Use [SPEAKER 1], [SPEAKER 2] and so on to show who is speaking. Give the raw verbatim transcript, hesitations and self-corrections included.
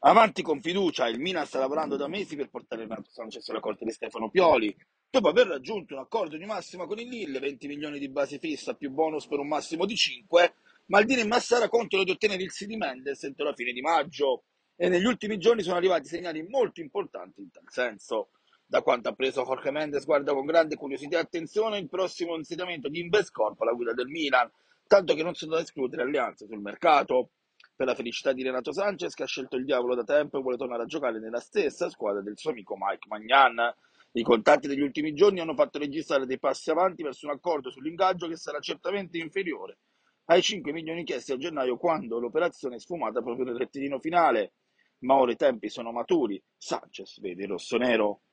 [SPEAKER 1] Avanti con fiducia, il Milan sta lavorando da mesi per portare Renato Sanchez alla corte di Stefano Pioli, dopo aver raggiunto un accordo di massima con il Lille, venti milioni di base fissa più bonus per un massimo di cinque, Maldini e Massara contano di ottenere il sì di Mendes entro la fine di maggio e negli ultimi giorni sono arrivati segnali molto importanti in tal senso. Da quanto ha preso Jorge Mendes guarda con grande curiosità e attenzione il prossimo insediamento di Investcorp alla guida del Milan, tanto che non sono da escludere alleanze sul mercato. Per la felicità di Renato Sanchez, che ha scelto il diavolo da tempo e vuole tornare a giocare nella stessa squadra del suo amico Mike Magnan. I contatti degli ultimi giorni hanno fatto registrare dei passi avanti verso un accordo sull'ingaggio che sarà certamente inferiore ai cinque milioni chiesti a gennaio, quando l'operazione è sfumata proprio nel rettilineo finale. Ma ora i tempi sono maturi. Sanchez vede il rossonero.